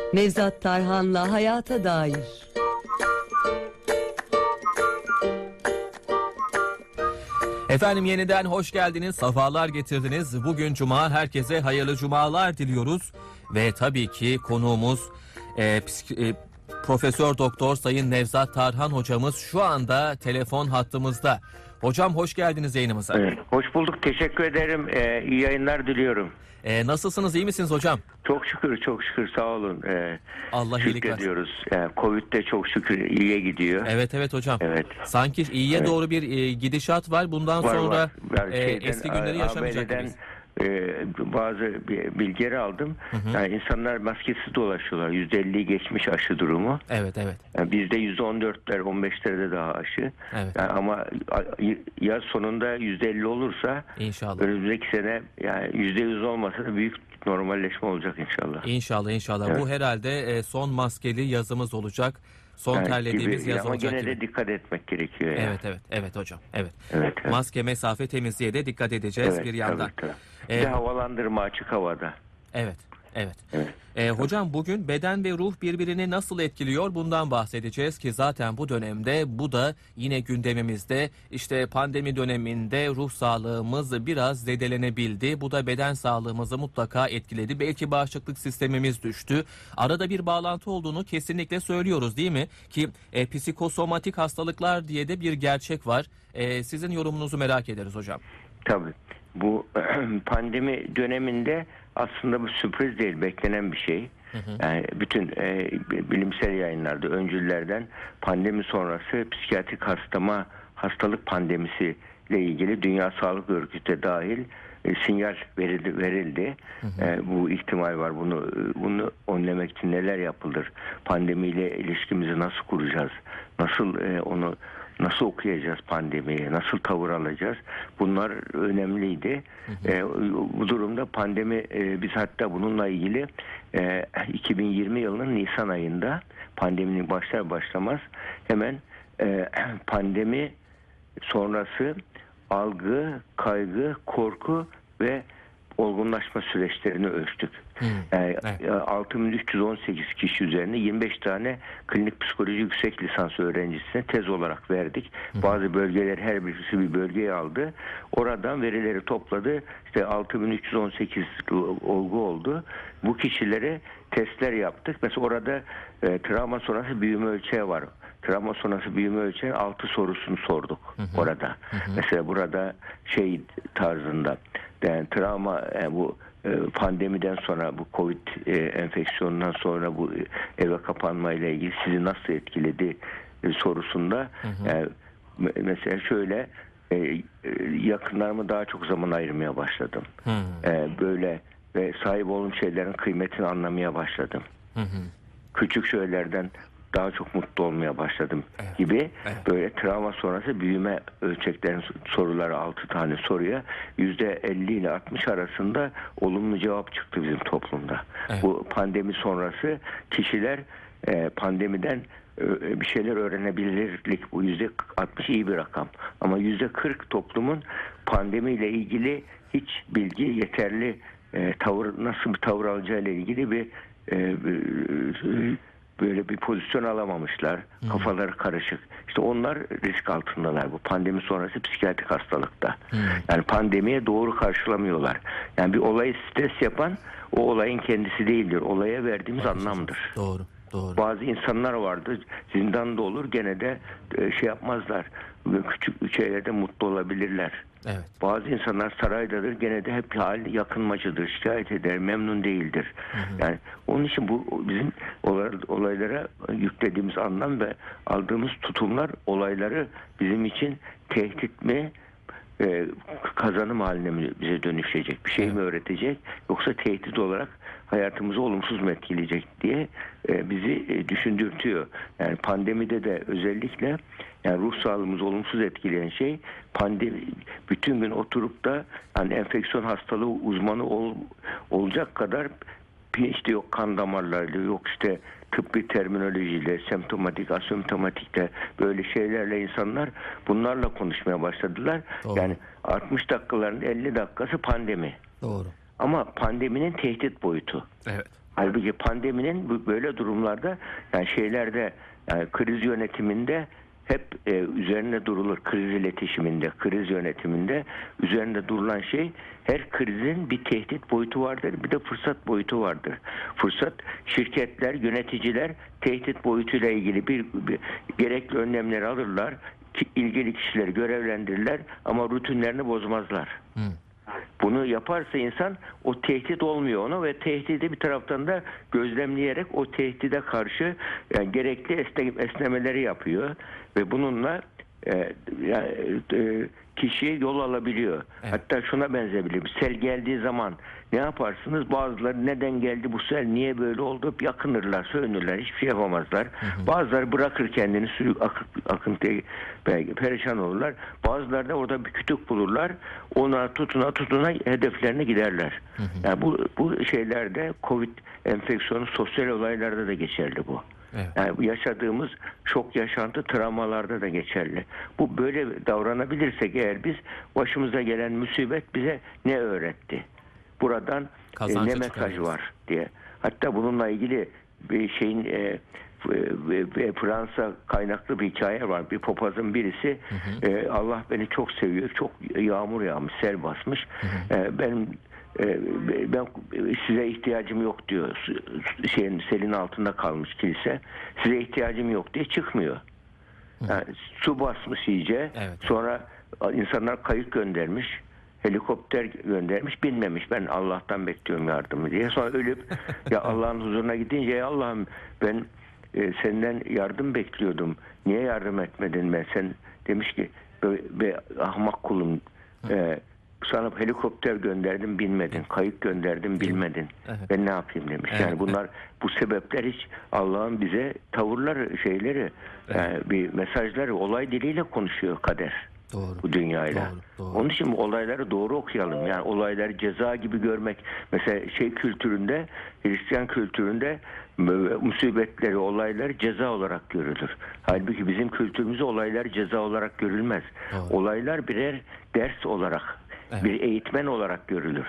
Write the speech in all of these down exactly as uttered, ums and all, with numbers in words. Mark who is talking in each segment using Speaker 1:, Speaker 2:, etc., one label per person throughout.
Speaker 1: Nevzat Tarhan'la Hayata Dair.
Speaker 2: Efendim yeniden hoş geldiniz, sefalar getirdiniz. Bugün Cuma, herkese hayırlı cumalar diliyoruz. Ve tabii ki konuğumuz e, psik- e, Profesör Doktor Sayın Nevzat Tarhan hocamız şu anda telefon hattımızda. Hocam hoş geldiniz yayınımıza.
Speaker 3: Evet, hoş bulduk, teşekkür ederim. Ee, iyi yayınlar diliyorum.
Speaker 2: E, nasılsınız, iyi misiniz hocam?
Speaker 3: Çok şükür, çok şükür, sağ olun. Ee,
Speaker 2: Allah iyilik versin.
Speaker 3: Şükrediyoruz. Yani Covid de çok şükür iyiye gidiyor.
Speaker 2: Evet evet hocam.
Speaker 3: Evet.
Speaker 2: Sanki iyiye
Speaker 3: Evet.
Speaker 2: doğru bir e, gidişat var. Bundan
Speaker 3: Var,
Speaker 2: sonra
Speaker 3: var. Yani
Speaker 2: e,
Speaker 3: şeyden,
Speaker 2: eski günleri yaşamayacak
Speaker 3: A B D'den,
Speaker 2: gibiyiz.
Speaker 3: e, bazı bilgileri aldım.
Speaker 2: Hı hı.
Speaker 3: Yani insanlar maskesiz dolaşıyorlar. yüzde elliyi geçmiş aşı durumu.
Speaker 2: Evet evet.
Speaker 3: Yani bizde yüzde on dörtler, on beşlerde daha aşı.
Speaker 2: Evet.
Speaker 3: Yani ama yaz sonunda yüzde elli olursa
Speaker 2: İnşallah.
Speaker 3: önümüzdeki sene yani yüzde yüz olmasa da büyük normalleşme olacak inşallah.
Speaker 2: İnşallah inşallah.
Speaker 3: Evet.
Speaker 2: Bu herhalde e, son maskeli yazımız olacak. Son
Speaker 3: Yani
Speaker 2: terlediğimiz
Speaker 3: gibi,
Speaker 2: yaz
Speaker 3: ama
Speaker 2: olacak
Speaker 3: gene
Speaker 2: gibi.
Speaker 3: de dikkat etmek gerekiyor. Yani.
Speaker 2: Evet evet evet hocam. Evet.
Speaker 3: Evet, evet.
Speaker 2: Maske, mesafe, temizliğe de dikkat edeceğiz
Speaker 3: Evet,
Speaker 2: bir yandan.
Speaker 3: tabii, tabii.
Speaker 2: Ee,
Speaker 3: Bir de havalandırma açık havada.
Speaker 2: Evet. Evet.
Speaker 3: Evet.
Speaker 2: Ee, hocam bugün beden ve ruh birbirini nasıl etkiliyor bundan bahsedeceğiz ki zaten bu dönemde bu da yine gündemimizde. İşte pandemi döneminde ruh sağlığımız biraz zedelenebildi. Bu da beden sağlığımızı mutlaka etkiledi. Belki bağışıklık sistemimiz düştü. Arada bir bağlantı olduğunu kesinlikle söylüyoruz değil mi? Ki e, psikosomatik hastalıklar diye de bir gerçek var. E, sizin yorumunuzu merak ederiz hocam.
Speaker 3: Tabii. Bu pandemi döneminde aslında bu sürpriz değil, beklenen bir şey. Hı hı. Yani bütün e, bilimsel yayınlarda, öncüllerden pandemi sonrası psikiyatrik hastama, hastalık pandemisi ile ilgili Dünya Sağlık Örgütü dahil e, sinyal verildi. verildi. Hı hı. E, bu ihtimal var. Bunu bunu önlemek için neler yapılır? Pandemiyle ilişkimizi nasıl kuracağız? Nasıl e, onu nasıl okuyacağız pandemiyi, nasıl tavır alacağız? Bunlar önemliydi. Hı hı. E, bu durumda pandemi, e, biz hatta bununla ilgili e, iki bin yirmi yılının Nisan ayında pandeminin başlar başlamaz hemen e, pandemi sonrası algı, kaygı, korku ve olgunlaşma süreçlerini ölçtük. Hmm, yani evet. altı bin üç yüz on sekiz kişi üzerine yirmi beş tane klinik psikoloji yüksek lisans öğrencisine tez olarak verdik. Hmm. Bazı bölgeler her birisi bir bölgeyi aldı. Oradan verileri topladı. İşte altı bin üç yüz on sekiz olgu oldu. Bu kişilere testler yaptık. Mesela orada e, travma sonrası büyüme ölçeği var. Travma sonrası büyüme ölçeği altı sorusunu sorduk hı hı. orada. Hı hı. Mesela burada şey tarzında yani travma yani bu pandemiden sonra bu Covid enfeksiyonundan sonra bu eve kapanma ile ilgili sizi nasıl etkiledi sorusunda hı hı. Yani mesela şöyle yakınlarımı daha çok zaman ayırmaya başladım. Hı hı. Böyle ve sahip olduğum şeylerin kıymetini anlamaya başladım. Hı hı. Küçük şeylerden daha çok mutlu olmaya başladım evet. gibi evet. böyle travma sonrası büyüme ölçeklerin soruları altı tane soruya yüzde elli ile altmış arasında olumlu cevap çıktı bizim toplumda. Evet. Bu pandemi sonrası kişiler e, pandemiden e, bir şeyler öğrenebilirlik, bu yüzde altmış iyi bir rakam. Ama yüzde kırk toplumun pandemiyle ilgili hiç bilgi, yeterli e, tavır, nasıl bir tavır alacağıyla ilgili bir e, e, böyle bir pozisyon alamamışlar. Hmm. Kafaları karışık. İşte onlar risk altındalar bu pandemi sonrası psikiyatrik hastalıkta. Hmm. Yani pandemiye doğru karşılamıyorlar. Yani bir olayı stres yapan o olayın kendisi değildir. Olaya verdiğimiz Doğru. anlamdır.
Speaker 2: Doğru. Doğru.
Speaker 3: Bazı insanlar vardı. Zindanda olur gene de şey yapmazlar. Küçük şeylerde mutlu olabilirler. Evet. Bazı insanlar saraydadır gene de hep hal yakınmacıdır, şikayet eder, memnun değildir. Hı hı. Yani onun için bu bizim olaylara yüklediğimiz anlam ve aldığımız tutumlar olayları bizim için tehdit mi, e, kazanım haline mi bize dönüşecek, bir şey evet. mi öğretecek yoksa tehdit olarak hayatımızı olumsuz mu etkileyecek diye e, bizi e, düşündürtüyor. Yani pandemide de özellikle yani ruh sağlığımızı olumsuz etkileyen şey pandemi, bütün gün oturup da yani enfeksiyon hastalığı uzmanı ol, olacak kadar işte yok kan damarlarıyla, yok işte tıbbi terminolojiyle, semptomatik, asemptomatikle böyle şeylerle insanlar bunlarla konuşmaya başladılar. Doğru. Yani altmış dakikaların elli dakikası pandemi.
Speaker 2: Doğru.
Speaker 3: Ama pandeminin tehdit boyutu.
Speaker 2: Evet.
Speaker 3: Halbuki pandeminin bu- böyle durumlarda yani şeylerde yani kriz yönetiminde hep e, üzerine durulur. Kriz iletişiminde, kriz yönetiminde üzerinde durulan şey her krizin bir tehdit boyutu vardır, bir de fırsat boyutu vardır. Fırsat şirketler, yöneticiler tehdit boyutuyla ilgili bir, bir gerekli önlemleri alırlar, ki, ilgili kişileri görevlendirirler ama rutinlerini bozmazlar.
Speaker 2: Hı.
Speaker 3: Bunu yaparsa insan o tehdit olmuyor ona ve tehdidi bir taraftan da gözlemleyerek o tehdide karşı yani gerekli esne, esnemeleri yapıyor ve bununla e, yani, e, kişi yol alabiliyor.
Speaker 2: Evet.
Speaker 3: Hatta şuna benzeyebilir. Sel geldiği zaman ne yaparsınız? Bazıları neden geldi bu sel, niye böyle oldu? Yakınırlar, sövünürler, hiçbir şey yapamazlar. Hı hı. Bazıları bırakır kendini suyu akıp, akıntıya belki perişan olurlar. Bazıları da orada bir kütük bulurlar. Ona tutuna tutuna hedeflerine giderler. Hı hı. Yani bu, bu şeylerde Covid enfeksiyonu sosyal olaylarda da geçerli bu.
Speaker 2: Evet.
Speaker 3: Yani yaşadığımız şok yaşantı travmalarda da geçerli. Bu böyle davranabilirsek eğer biz başımıza gelen musibet bize ne öğretti? Buradan e, ne mesaj var diye. Hatta bununla ilgili bir şeyin e, e, Fransa kaynaklı bir hikaye var. Bir papazın birisi hı hı. E, Allah beni çok seviyor. Çok yağmur yağmış, sel basmış. Hı hı. E, benim ben size ihtiyacım yok diyor. Şeyin selin altında kalmış kilise. Size ihtiyacım yok diye çıkmıyor. Yani su basmış iyice.
Speaker 2: Evet.
Speaker 3: Sonra insanlar kayık göndermiş. Helikopter göndermiş. Bilmemiş. Ben Allah'tan bekliyorum yardımı diye. Sonra ölüp ya Allah'ın huzuruna gidince ya Allah'ım ben e, senden yardım bekliyordum. Niye yardım etmedin ben? Sen demiş ki be, ahmak kulum e, sana helikopter gönderdim bilmedin. Kayık gönderdim bilmedin. Evet. Ben ne yapayım demiş. Evet. Yani bunlar bu sebepler hiç Allah'ın bize tavırları şeyleri evet. yani bir mesajları olay diliyle konuşuyor kader.
Speaker 2: Doğru.
Speaker 3: Bu dünyayla.
Speaker 2: Doğru, doğru.
Speaker 3: Onun için bu olayları doğru okuyalım. Yani olayları ceza gibi görmek. Mesela şey kültüründe, Hristiyan kültüründe musibetleri, olaylar ceza olarak görülür. Halbuki bizim kültürümüzde olaylar ceza olarak görülmez. Doğru. Olaylar birer ders olarak, evet. bir eğitmen olarak görülür.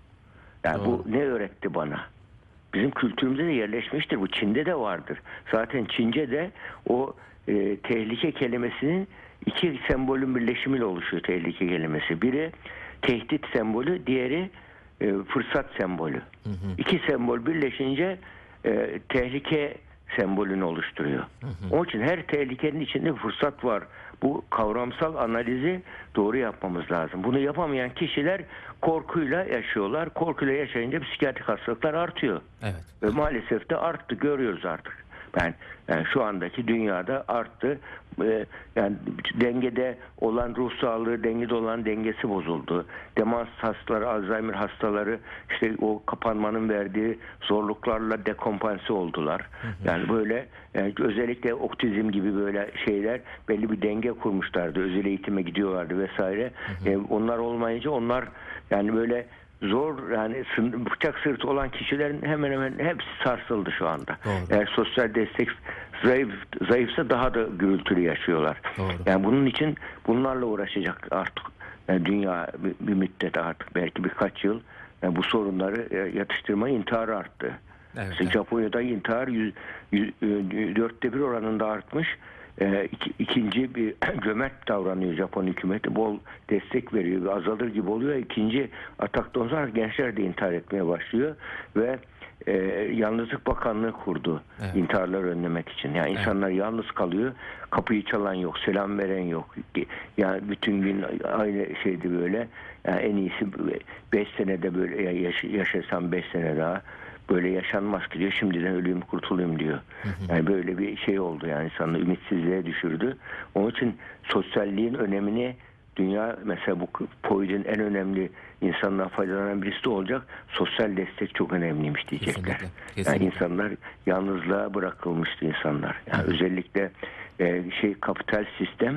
Speaker 3: Yani doğru. Bu ne öğretti bana? Bizim kültürümüzde de yerleşmiştir. Bu Çin'de de vardır. Zaten Çince'de o e, tehlike kelimesinin iki sembolün birleşimiyle oluşuyor tehlike kelimesi. Biri tehdit sembolü, diğeri e, fırsat sembolü. Hı hı. İki sembol birleşince e, tehlike sembolünü oluşturuyor. Hı hı. Onun için her tehlikenin içinde bir fırsat var. Bu kavramsal analizi doğru yapmamız lazım. Bunu yapamayan kişiler korkuyla yaşıyorlar. Korkuyla yaşayınca psikiyatrik hastalıklar artıyor.
Speaker 2: Evet.
Speaker 3: Ve maalesef de arttı, görüyoruz artık. Ben yani şu andaki dünyada arttı. Ee, yani dengede olan ruh sağlığı, dengede olan dengesi bozuldu. Demans hastaları, Alzheimer hastaları işte o kapanmanın verdiği zorluklarla dekompanse oldular. Hı hı. Yani böyle yani özellikle otizm gibi böyle şeyler belli bir denge kurmuşlardı. Özel eğitime gidiyorlardı vesaire. Hı hı. Ee, onlar olmayınca onlar yani böyle zor yani bıçak sırtı olan kişilerin hemen hemen hepsi sarsıldı şu anda. Doğru. Eğer sosyal destek zayıf zayıfsa daha da gürültülü yaşıyorlar. Doğru. Yani bunun için bunlarla uğraşacak artık yani dünya bir, bir müddet artık belki birkaç yıl yani bu sorunları yatıştırma intiharı arttı. Evet, işte evet. Japonya'da intihar yüz, yüz, dörtte bir oranında artmış. E, iki, ikinci bir cömert davranıyor Japon hükümeti. Bol destek veriyor. Azalır gibi oluyor. İkinci ataktan sonra gençler de intihar etmeye başlıyor. Ve e, Yalnızlık Bakanlığı kurdu. Evet. İntiharları önlemek için. Yani insanlar evet. yalnız kalıyor. Kapıyı çalan yok. Selam veren yok. Yani bütün gün aynı şeydi böyle. Yani en iyisi beş senede böyle yaş- yaşasam beş sene daha. Böyle yaşanmaz ki diyor. Şimdiden öleyim kurtulayım diyor. Hı hı. Yani böyle bir şey oldu yani insanı ümitsizliğe düşürdü. Onun için sosyalliğin önemini dünya mesela bu Covid'in en önemli insanlar faydalanan birisi de olacak. Sosyal destek çok önemliymiş diyecekler. Kesinlikle, kesinlikle. Yani insanlar yalnızlığa bırakılmıştı insanlar. Yani hı hı. özellikle e, şey kapital sistem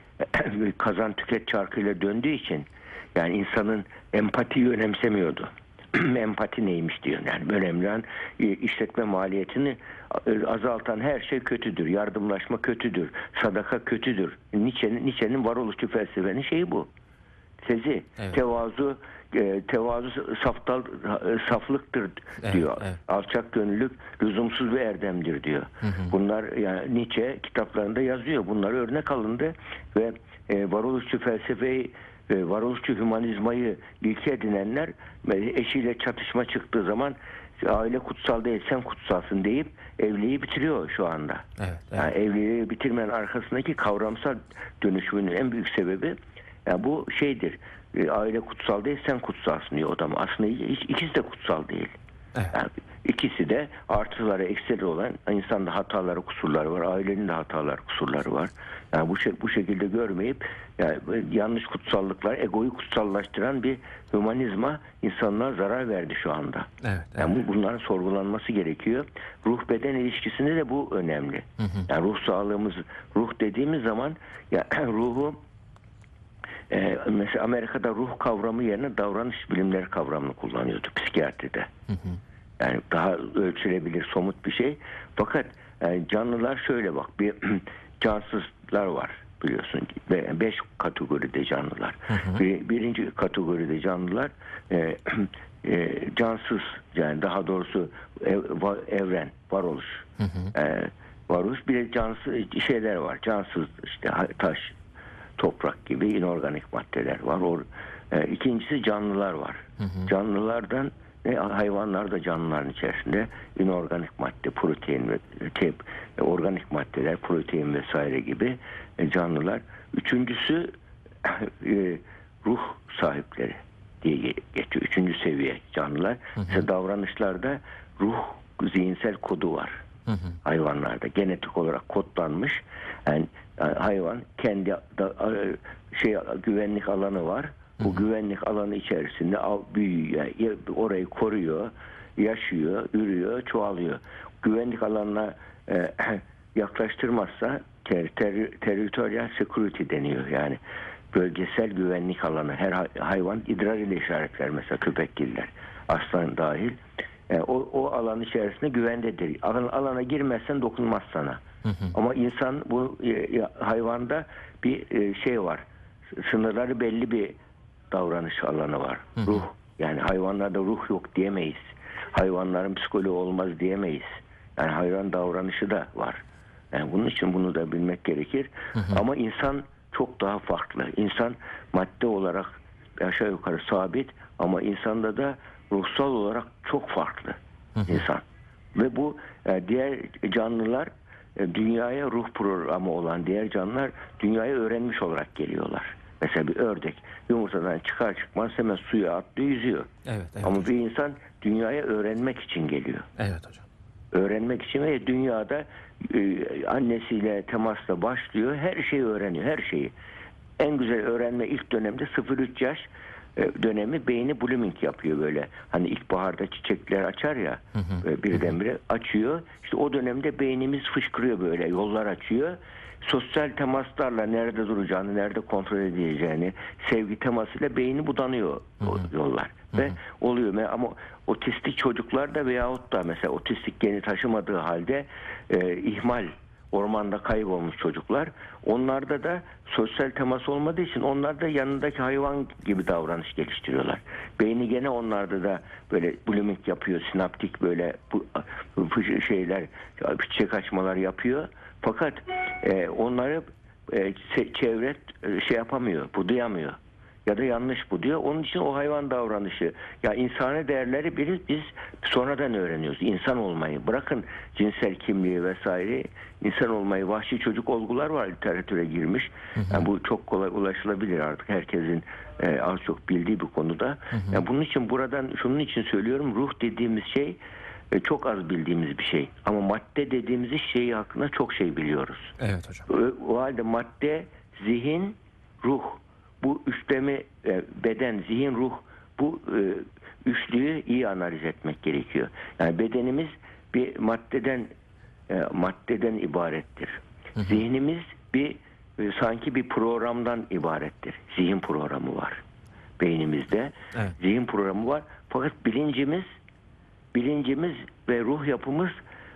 Speaker 3: kazan tüket çarkıyla döndüğü için yani insanın empatiyi önemsemiyordu. Empati neymiş diyor. Yani önemli olan işletme maliyetini azaltan her şey kötüdür. Yardımlaşma kötüdür. Sadaka kötüdür. Nietzsche'nin, Nietzsche'nin varoluşçu felsefenin şeyi bu. Tezi. Evet. Tevazu e, tevazu saftal, e, saflıktır diyor.
Speaker 2: Evet, evet.
Speaker 3: Alçak gönüllülük lüzumsuz bir erdemdir diyor. Hı hı. Bunlar yani Nietzsche kitaplarında yazıyor. Bunlar örnek alındı ve e, varoluşçu felsefeyi, e, varoluşçu hümanizmayı ilke edinenler eşiyle çatışma çıktığı zaman aile kutsal değil sen kutsalsın deyip evliliği bitiriyor şu anda.
Speaker 2: Evet, evet.
Speaker 3: Yani evliliği bitirmenin arkasındaki kavramsal dönüşümün en büyük sebebi yani bu şeydir. E, aile kutsal değil sen kutsalsın diyor adam. Aslında hiç, ikisi de kutsal değil.
Speaker 2: Evet.
Speaker 3: Yani ikisi de artıları eksileri olan insanda hataları kusurları var. Ailenin de hataları kusurları var. Yani bu, bu şekilde görmeyip yani yanlış kutsallıklar egoyu kutsallaştıran bir hümanizma insanlığa zarar verdi şu anda.
Speaker 2: Evet, evet.
Speaker 3: Yani bunların sorgulanması gerekiyor. Ruh beden ilişkisinde de bu önemli. Hı hı. Yani ruh sağlığımız, ruh dediğimiz zaman ya ruhu Ee, mesela Amerika'da ruh kavramı yerine davranış bilimleri kavramını kullanıyordu psikiyatride. Hı hı. Yani daha ölçülebilir, somut bir şey. Fakat yani canlılar şöyle bak, bir cansızlar var biliyorsun. Beş kategoride canlılar. Hı hı. Bir, birinci kategoride canlılar e, e, cansız, yani daha doğrusu ev, evren, varoluş. Hı hı. E, varoluş. Bir de cansız şeyler var. Cansız işte taş, toprak gibi inorganik maddeler var. O, e, ikincisi canlılar var. Hı hı. Canlılardan ne hayvanlar da canlıların içerisinde inorganik madde, protein ve tep, e, organik maddeler, protein vesaire gibi e, canlılar. Üçüncüsü e, ruh sahipleri diye geçiyor. Üçüncü seviye canlılar. Hı hı. İşte davranışlarda ruh zihinsel kodu var. Hı hı. Hayvanlarda genetik olarak kodlanmış. Yani hayvan kendi da, şey güvenlik alanı var. Bu hı hı. güvenlik alanı içerisinde büyüyor, orayı koruyor, yaşıyor, ürüyor, çoğalıyor. Güvenlik alanına e, yaklaştırmazsa ter, ter, territorial security deniyor. Yani bölgesel güvenlik alanı. Her hayvan idrar ile işaretler, mesela köpekgiller, aslan dahil. E, o, o alan içerisinde güvendedir. Alan, alana girmezsen dokunmaz sana. Hı hı. Ama insan bu e, hayvanda bir e, şey var. Sınırları belli bir davranış alanı var. Hı hı. Ruh. Yani hayvanlarda ruh yok diyemeyiz. Hayvanların psikoloğu olmaz diyemeyiz. Yani hayvan davranışı da var. Yani bunun için bunu da bilmek gerekir. Hı hı. Ama insan çok daha farklı. İnsan madde olarak aşağı yukarı sabit ama insanda da ruhsal olarak çok farklı hı hı. insan. Ve bu diğer canlılar, dünyaya ruh programı olan diğer canlılar dünyayı öğrenmiş olarak geliyorlar. Mesela bir ördek yumurtadan çıkar çıkmaz hemen suya atlıyor, yüzüyor.
Speaker 2: Evet, evet
Speaker 3: ama
Speaker 2: hocam.
Speaker 3: bir insan dünyaya öğrenmek için geliyor.
Speaker 2: Evet hocam.
Speaker 3: Öğrenmek için ve dünyada e, annesiyle temasla başlıyor. Her şeyi öğreniyor, her şeyi. En güzel öğrenme ilk dönemde sıfır üç yaş dönemi beyni blooming yapıyor böyle. Hani ilkbaharda çiçekler açar ya, hı hı, birdenbire açıyor. İşte o dönemde beynimiz fışkırıyor böyle, yollar açıyor. Sosyal temaslarla nerede duracağını, nerede kontrol edeceğini, sevgi temasıyla beyni budanıyor hı hı. o yollar. Hı hı. Ve oluyor. Ama otistik çocuklar da veyahut da mesela otistik geni taşımadığı halde e, ihmal, ormanda kaybolmuş çocuklar. Onlarda da sosyal temas olmadığı için onlar da yanındaki hayvan gibi davranış geliştiriyorlar. Beyni gene onlarda da böyle blooming yapıyor, sinaptik böyle bu, bu şeyler, çiçek açmalar yapıyor. Fakat e, onları e, çevre e, şey yapamıyor, budayamıyor. Ya da yanlış bu diyor. Onun için o hayvan davranışı, ya insani değerleri biz, biz sonradan öğreniyoruz. İnsan olmayı, bırakın cinsel kimliği vesaire, insan olmayı, vahşi çocuk olgular var literatüre girmiş. Hı hı. Yani bu çok kolay ulaşılabilir artık herkesin e, az çok bildiği bir konuda. Hı hı. Yani bunun için buradan şunun için söylüyorum, ruh dediğimiz şey e, çok az bildiğimiz bir şey. Ama madde dediğimiz şeyi hakkında çok şey biliyoruz.
Speaker 2: Evet hocam.
Speaker 3: O, o halde madde, zihin, ruh. Bu üçlemi beden, zihin, ruh, bu üçlüyü iyi analiz etmek gerekiyor. Yani bedenimiz bir maddeden maddeden ibarettir. Hı hı. Zihnimiz bir sanki bir programdan ibarettir. Zihin programı var beynimizde. Evet. Zihin programı var. Fakat bilincimiz, bilincimiz ve ruh yapımız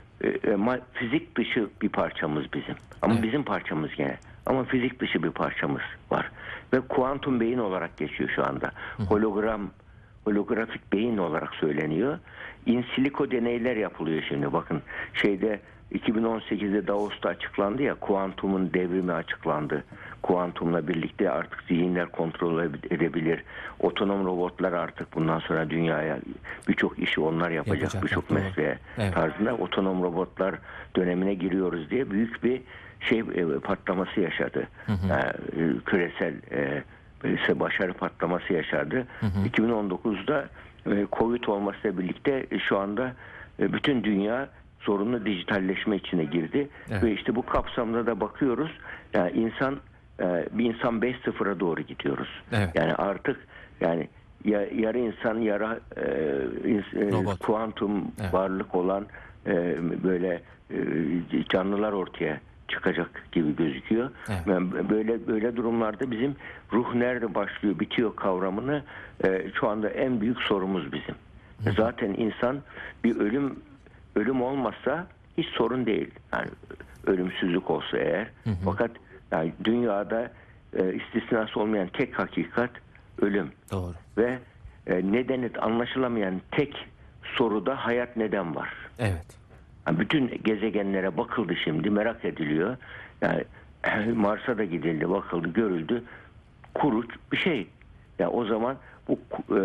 Speaker 3: fizik dışı bir parçamız bizim. Ama evet. bizim parçamız gene. Ama fizik dışı bir parçamız var. Ve kuantum beyin olarak geçiyor şu anda. Hı. Hologram holografik beyin olarak söyleniyor. In silico deneyler yapılıyor şimdi. Bakın şeyde iki bin on sekizde Davos'ta açıklandı ya, kuantumun devrimi açıklandı. Kuantumla birlikte artık zihinler kontrol edebilir. Otonom robotlar artık bundan sonra dünyaya birçok işi onlar yapacak,
Speaker 2: Yapacaklar,
Speaker 3: birçok
Speaker 2: doğru.
Speaker 3: mesleğe
Speaker 2: Evet.
Speaker 3: tarzında otonom robotlar dönemine giriyoruz diye büyük bir şey e, patlaması yaşadı.
Speaker 2: Hı hı.
Speaker 3: Yani, e, küresel e, ise başarı patlaması yaşadı.
Speaker 2: Hı hı.
Speaker 3: iki bin on dokuzda e, Covid olmasıyla birlikte e, şu anda e, bütün dünya zorunlu dijitalleşme içine girdi.
Speaker 2: Evet.
Speaker 3: Ve işte bu kapsamda da bakıyoruz. Yani insan e, bir insan beş sıfıra doğru gidiyoruz.
Speaker 2: Evet.
Speaker 3: Yani artık yani ya, yarı insan yarı e, ins- e,
Speaker 2: Robot.
Speaker 3: kuantum
Speaker 2: Evet.
Speaker 3: varlık olan e, böyle e, canlılar ortaya çıkacak gibi gözüküyor.
Speaker 2: Evet.
Speaker 3: Yani böyle böyle durumlarda bizim ruh nerede başlıyor, bitiyor kavramını e, şu anda en büyük sorumuz bizim.
Speaker 2: Hı hı.
Speaker 3: Zaten insan bir ölüm ölüm olmazsa hiç sorun değil. Yani ölümsüzlük olsa eğer.
Speaker 2: Hı hı.
Speaker 3: Fakat yani dünyada e, istisnası olmayan tek hakikat ölüm.
Speaker 2: Doğru.
Speaker 3: Ve e, nedeni anlaşılamayan tek soruda hayat neden var?
Speaker 2: Evet.
Speaker 3: Yani bütün gezegenlere bakıldı şimdi, merak ediliyor. Yani Mars'a da gidildi, bakıldı, görüldü. Kuru bir şey. Ya o zaman bu e,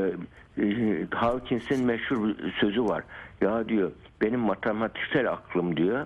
Speaker 3: e, Hawkins'in meşhur bir sözü var. Ya diyor, benim matematiksel aklım diyor,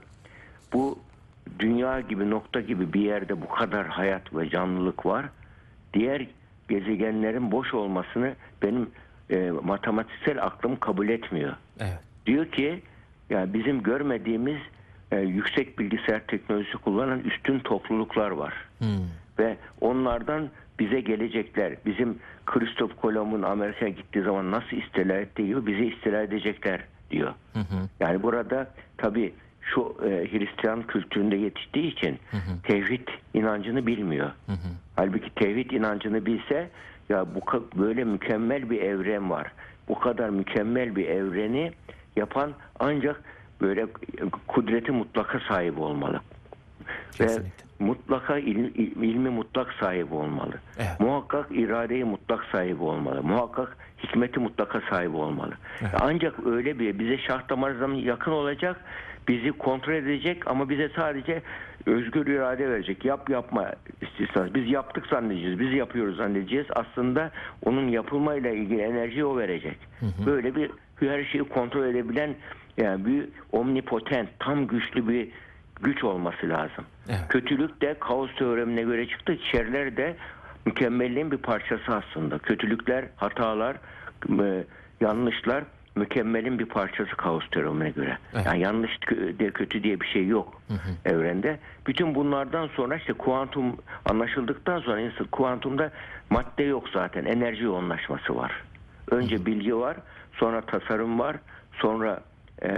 Speaker 3: bu dünya gibi, nokta gibi bir yerde bu kadar hayat ve canlılık var. Diğer gezegenlerin boş olmasını benim e, matematiksel aklım kabul etmiyor.
Speaker 2: Evet.
Speaker 3: Diyor ki yani bizim görmediğimiz e, yüksek bilgisayar teknolojisi kullanan üstün topluluklar var.
Speaker 2: Hmm.
Speaker 3: Ve onlardan bize gelecekler. Bizim Christoph Kolomb'un Amerika'ya gittiği zaman nasıl istila ettiği gibi bizi istila edecekler diyor.
Speaker 2: Hı hı.
Speaker 3: Yani burada tabii şu e, Hristiyan kültüründe yetiştiği için
Speaker 2: Hı hı.
Speaker 3: tevhid inancını bilmiyor.
Speaker 2: Hı hı.
Speaker 3: Halbuki tevhid inancını bilse ya bu ka- böyle mükemmel bir evren var. Bu kadar mükemmel bir evreni yapan ancak böyle kudreti mutlaka sahibi olmalı.
Speaker 2: Kesinlikle.
Speaker 3: Ve mutlaka il, il- ilmi mutlak sahibi olmalı.
Speaker 2: Evet.
Speaker 3: Muhakkak iradeyi mutlak sahibi olmalı. Muhakkak hikmeti mutlaka sahibi olmalı.
Speaker 2: Evet.
Speaker 3: Ancak öyle bir bize şah damarımızdan yakın olacak, bizi kontrol edecek ama bize sadece özgür irade verecek. Yap yapma istisnası. Biz yaptık zannedeceğiz. Biz yapıyoruz zannedeceğiz. Aslında onun yapılmayla ilgili enerjiyi o verecek.
Speaker 2: Hı hı.
Speaker 3: Böyle bir her şeyi kontrol edebilen yani bir omnipotent, tam güçlü bir güç olması lazım.
Speaker 2: Evet.
Speaker 3: Kötülük de kaos teoremine göre çıktı. Şerler de mükemmelliğin bir parçası aslında. Kötülükler, hatalar, e, yanlışlar mükemmelin bir parçası kaos teoremine göre.
Speaker 2: Evet.
Speaker 3: Yani yanlış de kötü diye bir şey yok
Speaker 2: Hı hı.
Speaker 3: evrende. Bütün bunlardan sonra işte kuantum anlaşıldıktan sonra insan kuantumda madde yok zaten. Enerji yoğunlaşması var. Önce
Speaker 2: Hı hı.
Speaker 3: bilgi var, sonra tasarım var, sonra e,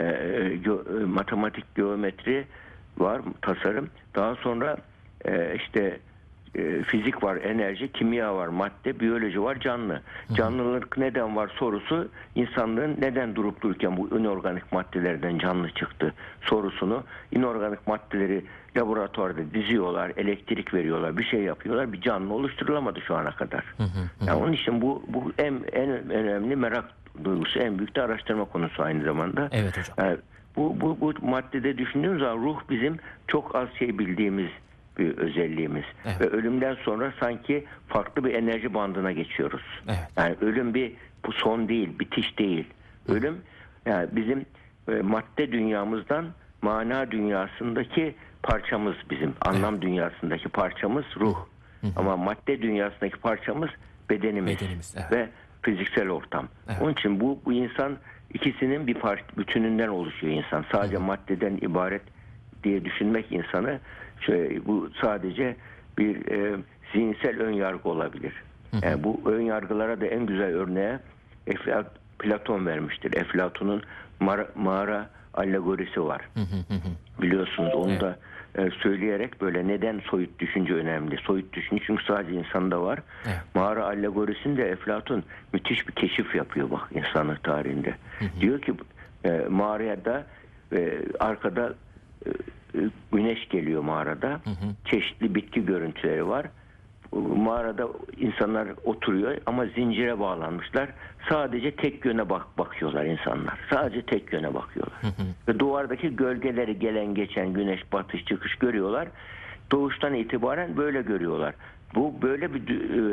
Speaker 3: gö- matematik, geometri var, tasarım. Daha sonra e, işte e, fizik var, enerji, kimya var, madde, biyoloji var, canlı. Canlılık neden var sorusu, insanlığın neden durup dururken bu inorganik maddelerden canlı çıktı sorusunu, inorganik maddeleri laboratuvarda diziyorlar, elektrik veriyorlar, bir şey yapıyorlar, bir canlı oluşturulamadı şu ana kadar.
Speaker 2: Hı hı hı.
Speaker 3: Yani onun için bu bu en en önemli merak duygusu, en büyük de araştırma konusu aynı zamanda.
Speaker 2: Evet hocam.
Speaker 3: Yani bu, bu, bu maddede düşündüğümüz zaman ruh bizim çok az şey bildiğimiz bir özelliğimiz.
Speaker 2: Evet.
Speaker 3: Ve ölümden sonra sanki farklı bir enerji bandına geçiyoruz.
Speaker 2: Evet.
Speaker 3: Yani ölüm bir bu son değil, bitiş değil. Ölüm yani bizim e, madde dünyamızdan mana dünyasındaki parçamız bizim. Anlam dünyasındaki parçamız ruh. Ama madde dünyasındaki parçamız bedenimiz,
Speaker 2: Bedenimiz, evet.
Speaker 3: ve fiziksel ortam.
Speaker 2: Evet.
Speaker 3: Onun için bu bu insan ikisinin bir part, bütününden oluşuyor insan. Sadece
Speaker 2: Hı hı.
Speaker 3: maddeden ibaret diye düşünmek insanı şey, bu sadece bir e, zihinsel ön yargı olabilir.
Speaker 2: Hı hı.
Speaker 3: Yani bu ön yargılara da en güzel örneğe Eflat, Platon vermiştir. Eflatun'un mağara, mağara alegorisi var.
Speaker 2: Hı hı hı hı.
Speaker 3: Biliyorsunuz onu
Speaker 2: Evet.
Speaker 3: da e, söyleyerek böyle neden soyut düşünce önemli. Soyut düşünce çünkü sadece insanda var.
Speaker 2: Evet.
Speaker 3: Mağara alegorisinde Eflatun müthiş bir keşif yapıyor bak insanlık tarihinde.
Speaker 2: Hı hı.
Speaker 3: Diyor ki e, mağaraya da e, arkada e, e, güneş geliyor mağarada.
Speaker 2: Hı hı.
Speaker 3: Çeşitli bitki görüntüleri var. mağarada insanlar oturuyor ama zincire bağlanmışlar. Sadece tek yöne bak bakıyorlar insanlar. Sadece tek yöne bakıyorlar. Hı hı. Ve duvardaki gölgeleri gelen geçen güneş batış çıkış görüyorlar. Doğuştan itibaren böyle görüyorlar. Bu böyle bir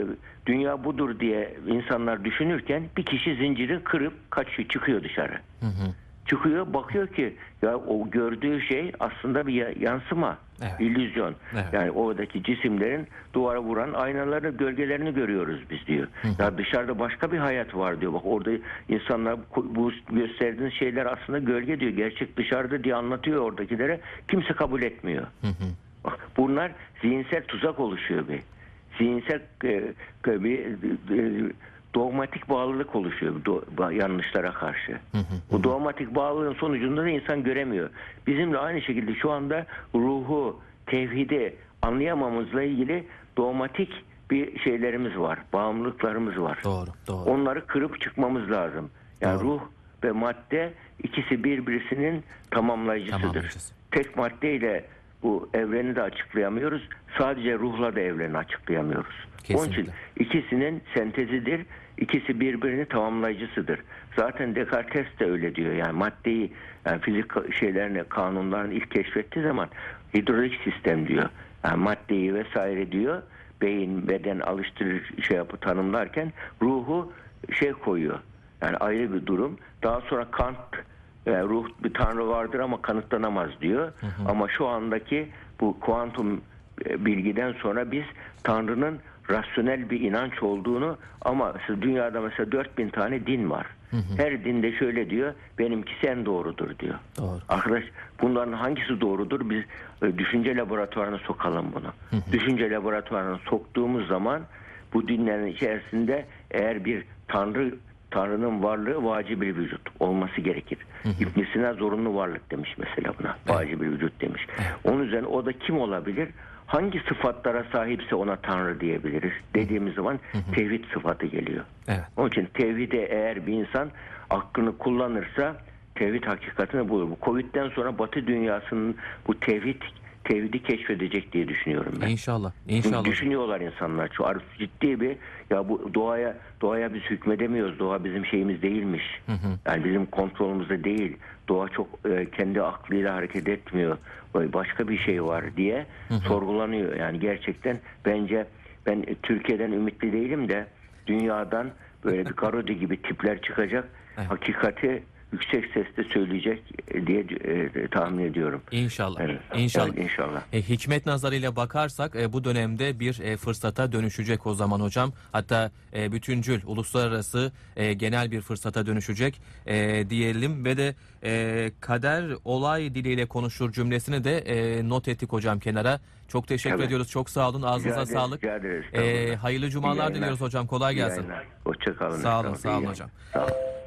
Speaker 3: dünya budur diye insanlar düşünürken bir kişi zinciri kırıp kaçıyor, çıkıyor dışarı. Hı hı. Çıkıyor, bakıyor ki ya o gördüğü şey aslında bir yansıma, evet. illüzyon. Evet. Yani oradaki cisimlerin duvara vuran aynalarını, gölgelerini görüyoruz biz diyor. Hı hı. Ya dışarıda başka bir hayat var diyor. Bak orada insanlar bu gösterdiğiniz şeyler aslında gölge diyor. Gerçek dışarıda diye anlatıyor oradakilere. Kimse kabul etmiyor. Hı hı. Bak bunlar zihinsel tuzak oluşuyor bir. Zihinsel e, bir e, dogmatik bağlılık oluşuyor do, yanlışlara karşı. Hı hı, bu dogmatik bağlılığın sonucunda da insan göremiyor. Bizimle aynı şekilde şu anda ruhu, tevhidi anlayamamızla ilgili dogmatik bir şeylerimiz var. Bağımlılıklarımız var.
Speaker 2: Doğru, doğru.
Speaker 3: Onları kırıp çıkmamız lazım. Yani doğru. Ruh ve madde ikisi birbirisinin tamamlayıcısıdır. Tamamlayıcısı. Tek maddeyle bu evreni de açıklayamıyoruz. Sadece ruhla da evreni açıklayamıyoruz. Kesinlikle. Onun için ikisinin sentezidir. İkisi birbirini tamamlayıcısıdır. Zaten Descartes de öyle diyor. Yani maddeyi, yani fizik şeylerini, kanunlarını ilk keşfettiği zaman hidrolik sistem diyor. Yani maddeyi vesaire diyor. Beyin, beden alıştırır, şey yapı tanımlarken ruhu şey koyuyor. Yani ayrı bir durum. Daha sonra Kant yani ruh bir tanrı vardır ama kanıtlanamaz diyor. Hı hı. Ama şu andaki bu kuantum bilgiden sonra biz Tanrı'nın rasyonel bir inanç olduğunu ama dünyada mesela dört bin tane din var. Hı hı. Her dinde şöyle diyor, benimkisi en doğrudur diyor. Doğru. Arkadaş bunların hangisi doğrudur? Biz e, düşünce laboratuvarına sokalım bunu. Hı hı. Düşünce laboratuvarına soktuğumuz zaman bu dinlerin içerisinde eğer bir Tanrı Tanrı'nın varlığı vacib bir vücut olması gerekir. İbn Sina zorunlu varlık demiş mesela buna. Evet. Vacib bir vücut demiş. Evet. Onun üzerine o da kim olabilir? Hangi sıfatlara sahipse ona Tanrı diyebiliriz dediğimiz zaman hı hı. tevhid sıfatı geliyor. Evet. Onun için tevhide eğer bir insan aklını kullanırsa tevhid hakikatini bulur. Bu Covid'den sonra Batı dünyasının bu tevhid tevhidi keşfedecek diye düşünüyorum ben.
Speaker 2: İnşallah. İnşallah.
Speaker 3: Çünkü düşünüyorlar insanlar. Çok ciddi bir ya bu doğaya doğaya biz hükmedemiyoruz. Doğa bizim şeyimiz değilmiş. Hı hı. Yani bizim kontrolümüzde değil. Doğa çok e, kendi aklıyla hareket etmiyor. Başka bir şey var diye hı hı. sorgulanıyor. Yani gerçekten bence ben Türkiye'den ümitli değilim de dünyadan böyle bir Garodi gibi tipler çıkacak. Evet. Hakikati yüksek sesle söyleyecek diye e, tahmin ediyorum.
Speaker 2: İnşallah.
Speaker 3: Evet.
Speaker 2: İnşallah.
Speaker 3: Evet, inşallah.
Speaker 2: E, hikmet nazarıyla bakarsak e, bu dönemde bir e, fırsata dönüşecek o zaman hocam. Hatta e, bütüncül, uluslararası e, genel bir fırsata dönüşecek e, diyelim ve de e, kader olay diliyle konuşur cümlesini de e, not ettik hocam kenara. Çok teşekkür evet. ediyoruz. Çok sağ olun. Ağzınıza
Speaker 3: rica
Speaker 2: sağlık.
Speaker 3: Rica
Speaker 2: e, hayırlı cumalar diliyoruz hocam. Kolay gelsin.
Speaker 3: Hoşça kalın.
Speaker 2: Sağ olun. Sağ olun hocam.
Speaker 3: Sağ olun.